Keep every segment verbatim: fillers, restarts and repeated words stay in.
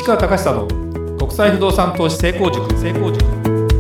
川隆久の国際不動産投資成功塾。成功塾。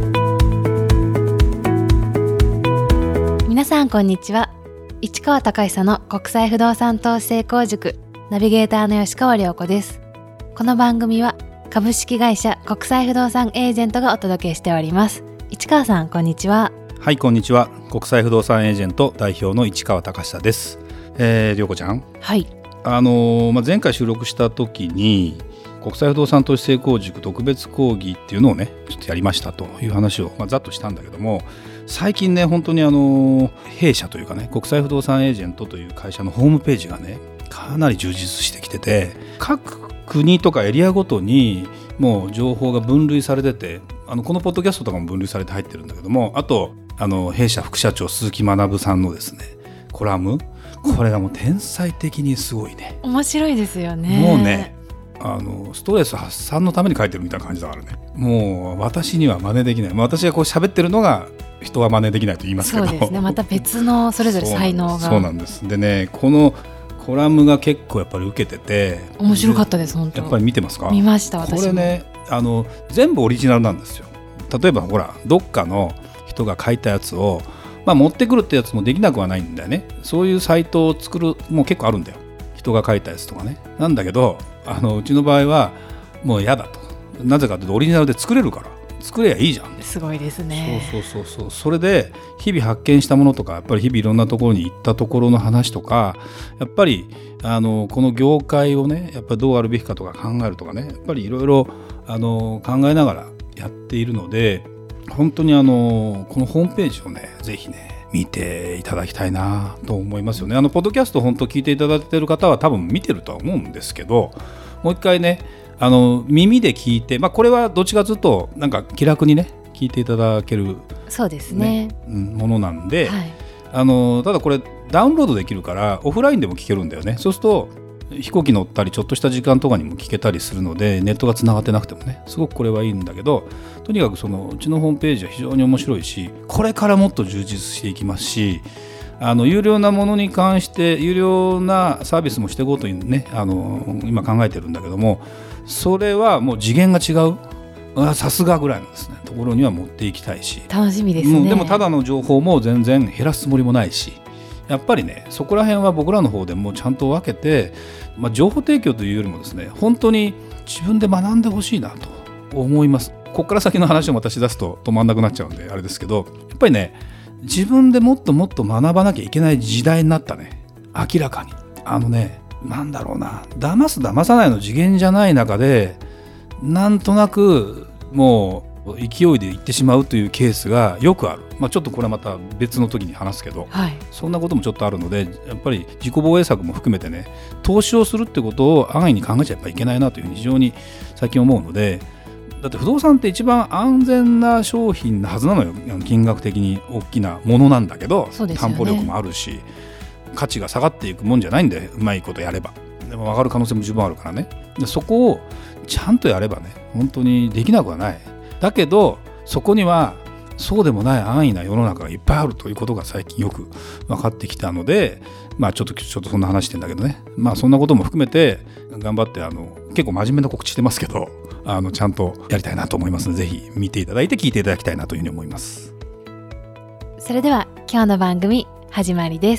皆さんこんにちは。市川隆久の国際不動産投資成功塾ナビゲーターの吉川亮子です。この番組は株式会社国際不動産エージェントがお届けしております。市川さんこんにちは。 はい、こんにちは。国際不動産エージェント代表の市川隆久です。えー、亮子ちゃん、 はい、 あのーまあ、前回収録した時に国際不動産投資成功塾特別講義っていうのをねちょっとやりましたという話を、まあ、ざっとしたんだけども、最近ね本当にあの弊社というかね国際不動産エージェントという会社のホームページがねかなり充実してきてて、各国とかエリアごとにもう情報が分類されてて、あのこのポッドキャストとかも分類されて入ってるんだけども、あとあの弊社副社長鈴木学さんのですねコラム、これがもう天才的にすごいね。 面白いですよね。 もうねあのストレス発散のために書いてるみたいな感じだからね、もう私には真似できない、まあ、私がこう喋ってるのが人は真似できないと言いますけど、 そうですね、また別のそれぞれ才能が。 そうなんです。でね、このコラムが結構やっぱり受けてて面白かったです。本当やっぱり見てますか？ 見ました私も。 これねあの全部オリジナルなんですよ。例えばほらどっかの人が書いたやつを、まあ、持ってくるってやつもできなくはないんだよね。そういうサイトを作るもう結構あるんだよ、人が書いたやつとかね。なんだけどあのうちの場合はもう嫌だと。なぜかというとオリジナルで作れるから作ればいいじゃん。 すごいですね。 そうそうそうそう。それで日々発見したものとか、やっぱり日々いろんなところに行ったところの話とか、やっぱりあのこの業界をねやっぱりどうあるべきかとか考えるとかね、やっぱりいろいろあの考えながらやっているので、本当にあのこのホームページをねぜひね見ていただきたいなと思いますよね。あのポッドキャスト本当聞いていただいている方は多分見てるとは思うんですけど、もう一回ねあの耳で聞いて、まあ、これはどっちかというとなんか気楽にね聞いていただける、ね、 そうですね、 ものなんで、 はい、 あのただこれダウンロードできるからオフラインでも聞けるんだよね。そうすると飛行機乗ったりちょっとした時間とかにも聞けたりするので、ネットがつながってなくてもねすごくこれはいいんだけど、とにかくそのうちのホームページは非常に面白いし、これからもっと充実していきますし、あの有料なものに関して有料なサービスもしていこうというねあの今考えてるんだけども、それはもう次元が違う、さすがぐらいのですねところには持っていきたいし、 楽しみですね。 でもただの情報も全然減らすつもりもないし、やっぱりねそこら辺は僕らの方でもちゃんと分けて、まあ、情報提供というよりもですね本当に自分で学んでほしいなと思います。ここから先の話をまたしだすと止まんなくなっちゃうんであれですけど、やっぱりね自分でもっともっと学ばなきゃいけない時代になったね。明らかにあのねなんだろうな、騙す騙さないの次元じゃない中でなんとなくもう勢いでいってしまうというケースがよくある。まあ、ちょっとこれはまた別の時に話すけど、はい、そんなこともちょっとあるので、やっぱり自己防衛策も含めてね投資をするってことを安易に考えちゃやっぱいけないなというふうに非常に最近思うので、だって不動産って一番安全な商品なはずなのよ。金額的に大きなものなんだけど、 そうですよね、 担保力もあるし価値が下がっていくもんじゃないんで、うまいことやればでも上がる可能性も十分あるからね。でそこをちゃんとやればね本当にできなくはない。だけどそこにはそうでもない安易な世の中がいっぱいあるということが最近よく分かってきたので、まあちょっとちょっとそんな話してんだけどね、まあそんなことも含めて頑張ってあの結構真面目な告知してますけど、あのちゃんとやりたいなと思いますので、ぜひ見ていただいて聞いていただきたいなというふうに思います。 それでは今日の番組始まりです。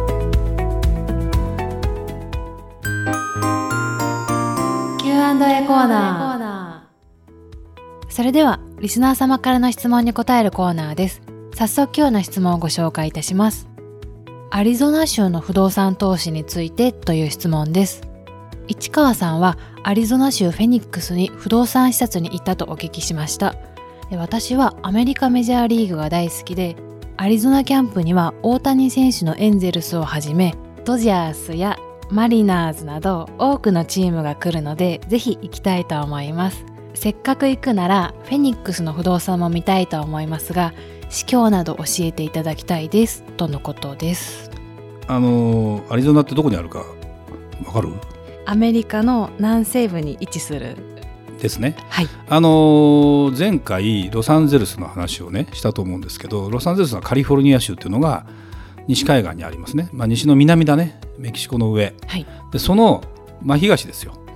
キューアンドエー コーナー。それではリスナー様からの質問に答えるコーナーです。早速今日の質問をご紹介いたします。アリゾナ州の不動産投資についてという質問です。市川さんはアリゾナ州フェニックスに不動産視察に行ったとお聞きしました。私はアメリカメジャーリーグが大好きで、アリゾナキャンプには大谷選手のエンゼルスをはじめドジャースやマリナーズなど多くのチームが来るので、ぜひ行きたいと思います。せっかく行くならフェニックスの不動産も見たいと思いますが、市況など教えていただきたいですとのことです。 あのアリゾナってどこにあるかわかる？ アメリカの南西部に位置するですね、 はい、 あの前回ロサンゼルスの話をねしたと思うんですけど、ロサンゼルスはカリフォルニア州っていうのが西海岸にありますね、まあ、西の南だね、メキシコの上、はい、でその真東ですよ。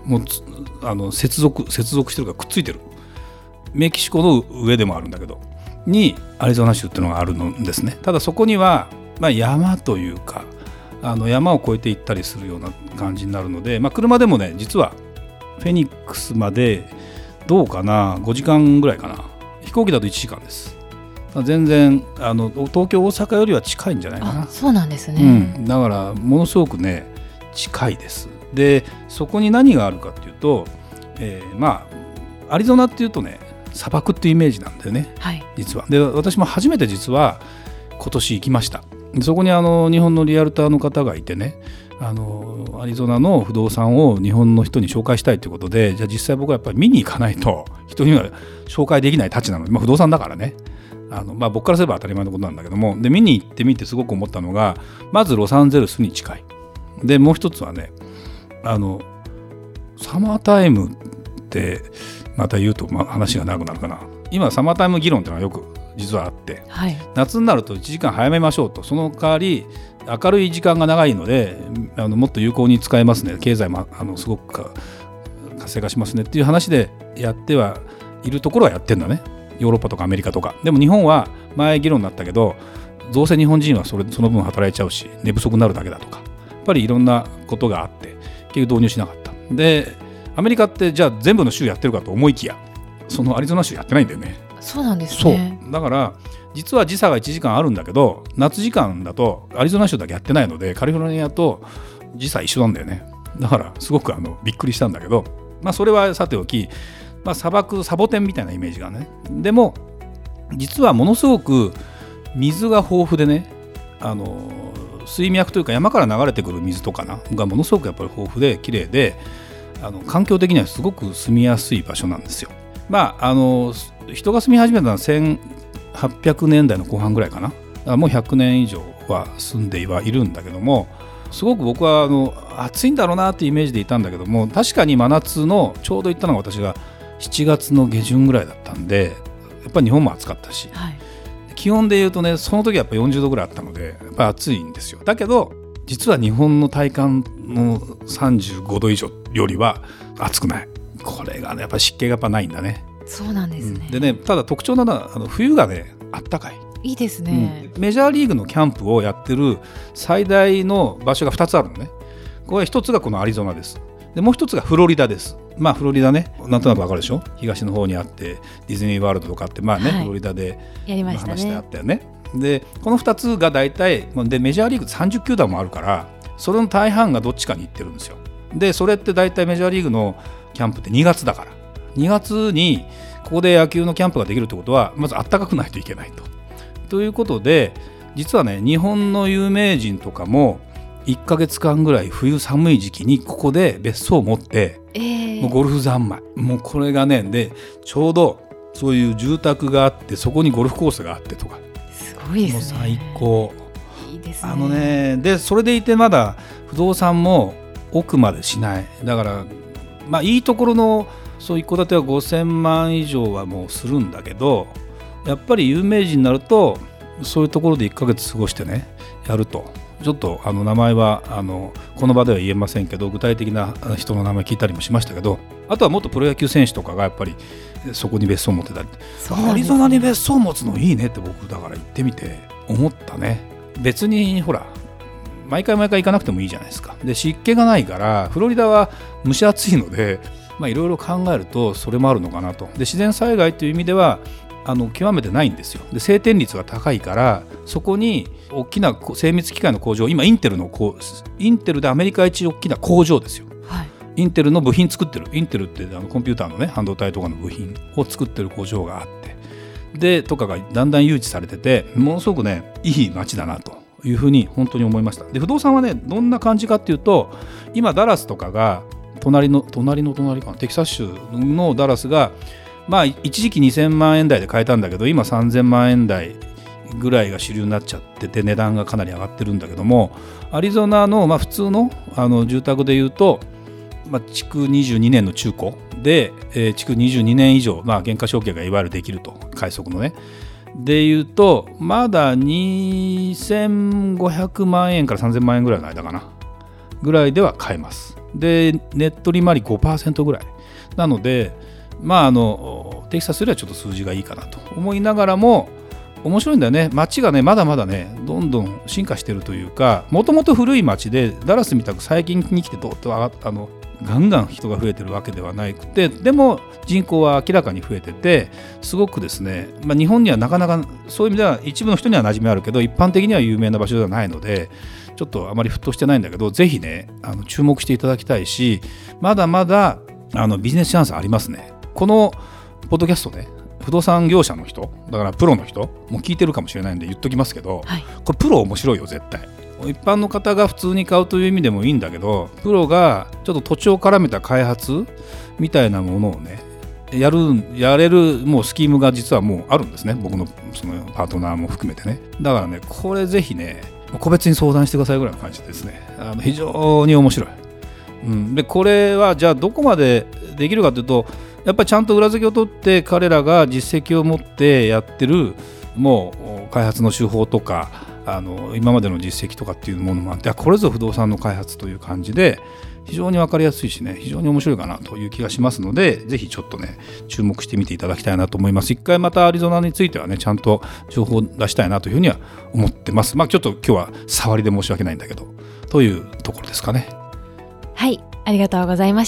もうあの接続接続してるからくっついてる、メキシコの上でもあるんだけどにアリゾナ州っていうのがあるんですね。ただそこには、まあ、山というかあの山を越えて行ったりするような感じになるので、まあ、車でもね実はフェニックスまでどうかなごじかんぐらいかな、飛行機だといちじかんです。全然あの東京大阪よりは近いんじゃないかな。 あ、そうなんですね、 うん、だからものすごくね近いです。でそこに何があるかっていうと、えー、まあアリゾナっていうとね砂漠っていうイメージなんだよね、 はい、 実は。で私も初めて実は今年行きました。そこにあの日本のリアルターの方がいてね、あのアリゾナの不動産を日本の人に紹介したいということで、じゃあ実際僕はやっぱり見に行かないと人には紹介できないたちなので、まあ、不動産だからね、あの、まあ、僕からすれば当たり前のことなんだけども、で見に行ってみてすごく思ったのが、まずロサンゼルスに近いで、もう一つはね、あのサマータイムってまた言うと、まあ、話が長くなるかな。今サマータイム議論っていうのはよく実はあって、はい、夏になるといちじかん早めましょうと、その代わり明るい時間が長いのであのもっと有効に使えますね、経済もあのすごく活性化しますねっていう話でやってはいるところはやってんだね、ヨーロッパとかアメリカとか。でも日本は前議論になったけど、どうせ日本人はそれその分働いちゃうし寝不足になるだけだとか、やっぱりいろんなことがあって結局導入しなかった。でアメリカってじゃあ全部の州やってるかと思いきや、そのアリゾナ州やってないんだよね。 そうなんですね。 そうだから実は時差がいちじかんあるんだけど、夏時間だとアリゾナ州だけやってないのでカリフォルニアと時差一緒なんだよね。だからすごくあのびっくりしたんだけど、まあそれはさておき、まあ、砂漠サボテンみたいなイメージがね。でも実はものすごく水が豊富でね、あの水脈というか山から流れてくる水とかながものすごくやっぱり豊富で綺麗で、あの環境的にはすごく住みやすい場所なんですよ。まああの人が住み始めたのはせんはっぴゃくねんだいの後半ぐらいかな。だからもうひゃくねん以上は住んではいるんだけども、すごく僕はあの暑いんだろうなっていうイメージでいたんだけども、確かに真夏のちょうど行ったのが私がしちがつの下旬ぐらいだったんで、やっぱり日本も暑かったし、はい、気温でいうとねその時はやっぱよんじゅうどぐらいあったのでやっぱり暑いんですよ。だけど実は日本の体感のさんじゅうごど以上よりは暑くない。これがねやっぱり湿気がやっぱないんだね。 そうなんですね、 うん、でねただ特徴なのはあの冬がねあったかい。 いいですね、 うん、メジャーリーグのキャンプをやってる最大の場所がふたつあるのね。これひとつがこのアリゾナです。でもう一つがフロリダです。まあフロリダねなんとなくわかるでしょ。東の方にあってディズニーワールドとかってまあね、はい、フロリダでやりましたね、 話してあったよね。でこのふたつが大体でメジャーリーグさんじゅっきゅうだんもあるから、それの大半がどっちかに行ってるんですよ。でそれって大体メジャーリーグのキャンプってにがつだから、にがつにここで野球のキャンプができるってことはまず暖かくないといけないと。ということで実はね日本の有名人とかもいっかげつかんぐらい冬寒い時期にここで別荘を持って、えー、もうゴルフ三昧、もうこれがねでちょうどそういう住宅があってそこにゴルフコースがあってとか、 すごいですね。 もう最高。 いいですね。 あのねでそれでいてまだ不動産も奥までしない。だからまあいいところのそう一戸建てはごせんまん以上はもうするんだけど、やっぱり有名人になるとそういうところでいっかげつ過ごしてねやると、ちょっとあの名前はあのこの場では言えませんけど具体的な人の名前聞いたりもしましたけど、あとはもっとプロ野球選手とかがやっぱりそこに別荘を持ってたり、アリゾナに別荘を持つのいいねって僕だから行ってみて思ったね。別にほら毎回毎回行かなくてもいいじゃないですか。で湿気がないからフロリダは蒸し暑いのでいろいろ考えるとそれもあるのかなと。で自然災害という意味ではあの極めてないんですよ。で晴天率が高いからそこに大きな精密機械の工場、今インテルのインテルでアメリカ一大きな工場ですよ、はい、インテルの部品作ってる、インテルってあのコンピューターのね半導体とかの部品を作ってる工場があってでとかがだんだん誘致されててものすごくねいい街だなというふうに本当に思いました。で不動産はねどんな感じかっていうと、今ダラスとかが隣の隣の隣かなテキサス州のダラスがまあ一時期にせんまんえん台で買えたんだけど今さんぜんまんえん台ぐらいが主流になっちゃってて値段がかなり上がってるんだけども、アリゾナのまあ普通のあの住宅でいうとまあ築にじゅうにねんの中古で、えー、築にじゅうにねん以上、まあ、減価償却がいわゆるできると快速のねでいうとまだにせんごひゃくまんえんからさんぜんまんえんぐらいの間かなぐらいでは買えます。 でネット利回り ごパーセント ぐらいなので、まああのテキサスよりはちょっと数字がいいかなと思いながらも、面白いんだよね。街がねまだまだねどんどん進化してるというか、もともと古い街でダラスみたく最近に来てどっと上がったあのガンガン人が増えてるわけではなくて、でも人口は明らかに増えてて、すごくですね、まあ、日本にはなかなかそういう意味では一部の人には馴染みあるけど一般的には有名な場所ではないので、ちょっとあまり沸騰してないんだけど、ぜひねあの注目していただきたいし、まだまだあのビジネスチャンスありますね。このポッドキャストね、不動産業者の人だからプロの人も聞いてるかもしれないんで言っときますけど、はい、これプロ面白いよ絶対。一般の方が普通に買うという意味でもいいんだけど、プロがちょっと土地を絡めた開発みたいなものをねやるやれるもうスキームが実はもうあるんですね。僕のそのパートナーも含めてね。だからねこれぜひね個別に相談してくださいぐらいの感じですね。あの非常に面白い、うん、でこれはじゃあどこまでできるかというと、やっぱりちゃんと裏付けを取って彼らが実績を持ってやってるもう開発の手法とかあの今までの実績とかっていうものもあって、これぞ不動産の開発という感じで非常に分かりやすいしね、非常に面白いかなという気がしますので、ぜひちょっとね注目してみていただきたいなと思います。一回またアリゾナについてはねちゃんと情報を出したいなというふうには思ってます。まあちょっと今日は触りで申し訳ないんだけどというところですかね。 はい、ありがとうございました。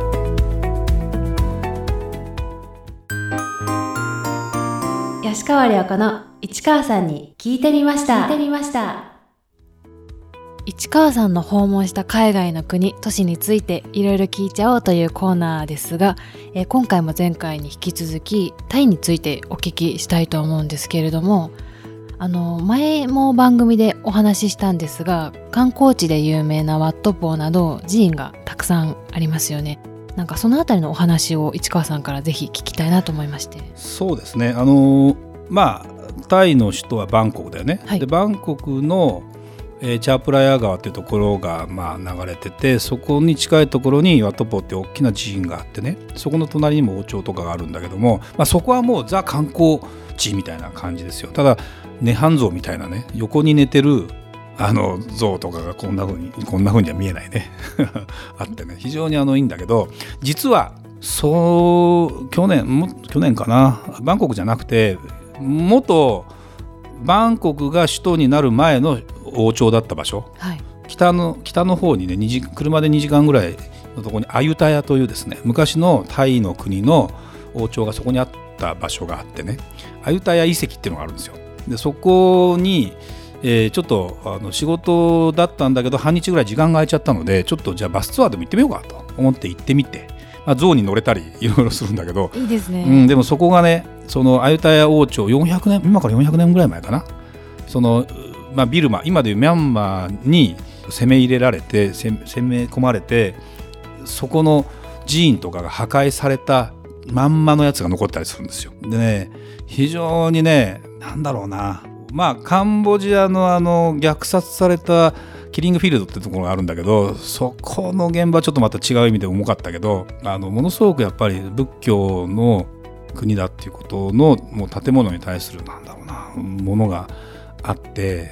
吉川亮子の市川さんに聞いてみました聞いてみました市川さんの訪問した海外の国都市についていろいろ聞いちゃおうというコーナーですが、えー、今回も前回に引き続きタイについてお聞きしたいと思うんですけれども、あの前も番組でお話ししたんですが、観光地で有名なワットポーなど寺院がたくさんありますよね。なんかそのあたりのお話を市川さんからぜひ聞きたいなと思いまして。 そうですね、あのまあタイの首都はバンコクだよね、はい、でバンコクの、えー、チャープラヤ川っていうところが、まあ、流れてて、そこに近いところにワットポーっていう大きな寺院があってね、そこの隣にも王朝とかがあるんだけども、まあ、そこはもうザ観光地みたいな感じですよ。ただ涅槃像みたいなね横に寝てるあの像とかがこんな風にこんな風には見えないねあってね、非常にあのいいんだけど、実はそう去年も去年かな、バンコクじゃなくて元バンコクが首都になる前の王朝だった場所、はい、北の北の方にねにじ車でにじかんぐらいのところにアユタヤというですね、昔のタイの国の王朝がそこにあった場所があってね、アユタヤ遺跡っていうのがあるんですよ。でそこにえー、ちょっとあの仕事だったんだけど半日ぐらい時間が空いちゃったので、ちょっとじゃあバスツアーでも行ってみようかと思って行ってみて、まあ、象に乗れたりいろいろするんだけど、 いいですね、 うん、でもそこがねそのアユタヤ王朝よんひゃくねん今からよんひゃくねんぐらい前かな、その、まあ、ビルマ今でいうミャンマーに攻め入れられて攻め込まれて、そこの寺院とかが破壊されたまんまのやつが残ったりするんですよ。でね非常にねなんだろうな、まあ、カンボジア の, あの虐殺されたキリングフィールドってところがあるんだけど、そこの現場はちょっとまた違う意味で重かったけど、あのものすごくやっぱり仏教の国だっていうことのもう建物に対するなんだろうなものがあって、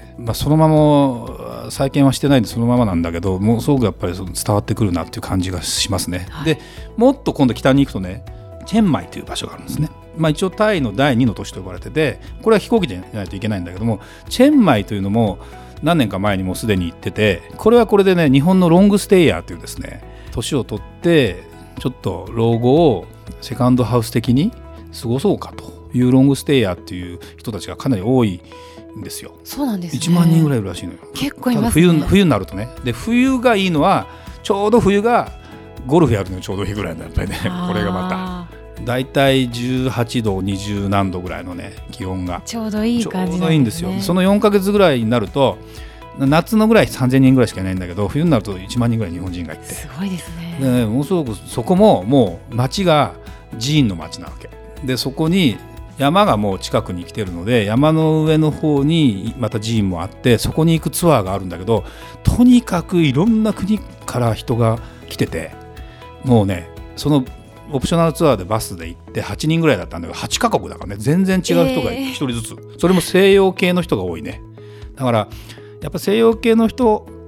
まあ、そのまま再建はしてないんでそのままなんだけど、ものすごくやっぱりその伝わってくるなっていう感じがしますね、はい、でもっと今度北に行くとねチェンマイという場所があるんですね。まあ、一応タイのだいにの都市と呼ばれてて、これは飛行機でないといけないんだけども、チェンマイというのも何年か前にもうすでに行ってて、これはこれでね日本のロングステイヤーというですね年を取ってちょっと老後をセカンドハウス的に過ごそうかというロングステイヤーっていう人たちがかなり多いんですよ。 そうなんですね。 いちまんにんぐらいいるらしいのよ。 結構いますね。 冬、冬になるとね。で冬がいいのはちょうど冬がゴルフやるのにちょうどいいぐらいのやっぱりねこれがまただいたいじゅうはちどにじゅうなんどぐらいのね気温がちょうどいい感じなんですね。 ちょうどいいんですよ。そのよんかげつぐらいになると夏のぐらいさんぜんにんぐらいしかいないんだけど、冬になるといちまんにんぐらい日本人がいて、 すごいですね。 でねものすごくそこももう町が寺院の町なわけで、そこに山がもう近くに来てるので山の上の方にまた寺院もあって、そこに行くツアーがあるんだけど、とにかくいろんな国から人が来てて、もうねそのオプショナルツアーでバスで行ってはちにんぐらいだったんだけどはちカ国だからね全然違う人がひとりずつ、えー、それも西洋系の人が多いね。だからやっぱ西洋系の人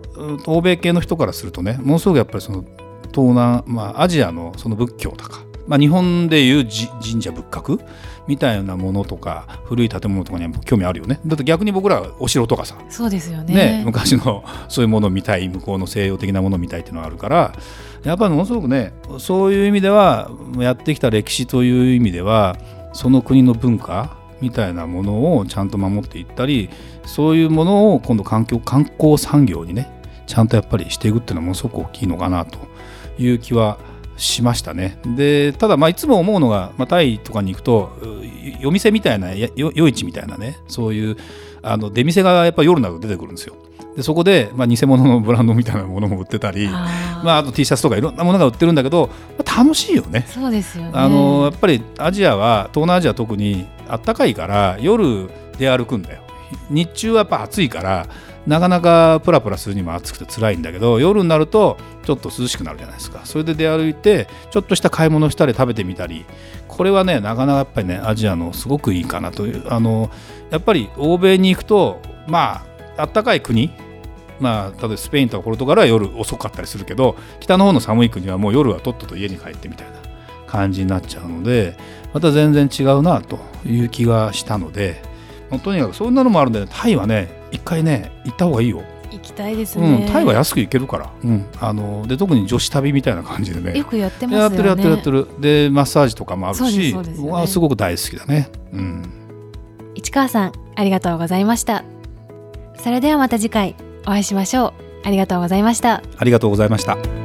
欧米系の人からするとね、ものすごくやっぱりその東南、まあ、アジアのその仏教とか、まあ、日本でいう神社仏閣みたいなものとか古い建物とかには興味あるよね。だって逆に僕らはお城とかさ、 そうですよね。 ね、昔のそういうものを見たい、向こうの西洋的なものを見たいっていうのがあるから、やっぱりものすごくね、そういう意味ではやってきた歴史という意味ではその国の文化みたいなものをちゃんと守っていったり、そういうものを今度環境観光産業にねちゃんとやっぱりしていくっていうのはものすごく大きいのかなという気はしましたね。でただまあいつも思うのが、まあ、タイとかに行くと夜店みたいな夜市みたいなね、そういうあの出店がやっぱり夜になると出てくるんですよ。でそこで、まあ、偽物のブランドみたいなものも売ってたり、あ,、まあ、あと T シャツとかいろんなものが売ってるんだけど、まあ、楽しいよね。 そうですよね。 あのやっぱりアジアは東南アジア特にあったかいから夜出歩くんだよ。日中はやっぱ暑いからなかなかプラプラするにも暑くて辛いんだけど、夜になるとちょっと涼しくなるじゃないですか。それで出歩いてちょっとした買い物したり食べてみたり、これはねなかなかやっぱりねアジアのすごくいいかなという。あのやっぱり欧米に行くとまああったかい国、まあ例えばスペインとかポルトガルは夜遅かったりするけど、北の方の寒い国はもう夜はとっとと家に帰ってみたいな感じになっちゃうので、また全然違うなという気がしたので、とにかくそんなのもあるんで、タイはね一回ね行った方がいいよ。 行きたいですね、 うん、タイは安く行けるから、うん、あので特に女子旅みたいな感じでねよくやってますよね。 やってるやってるやってる。でマッサージとかもあるし、 そうですそうですよね、 わすごく大好きだね、うん、 市川さんありがとうございました。それではまた次回お会いしましょう。ありがとうございました。 ありがとうございました。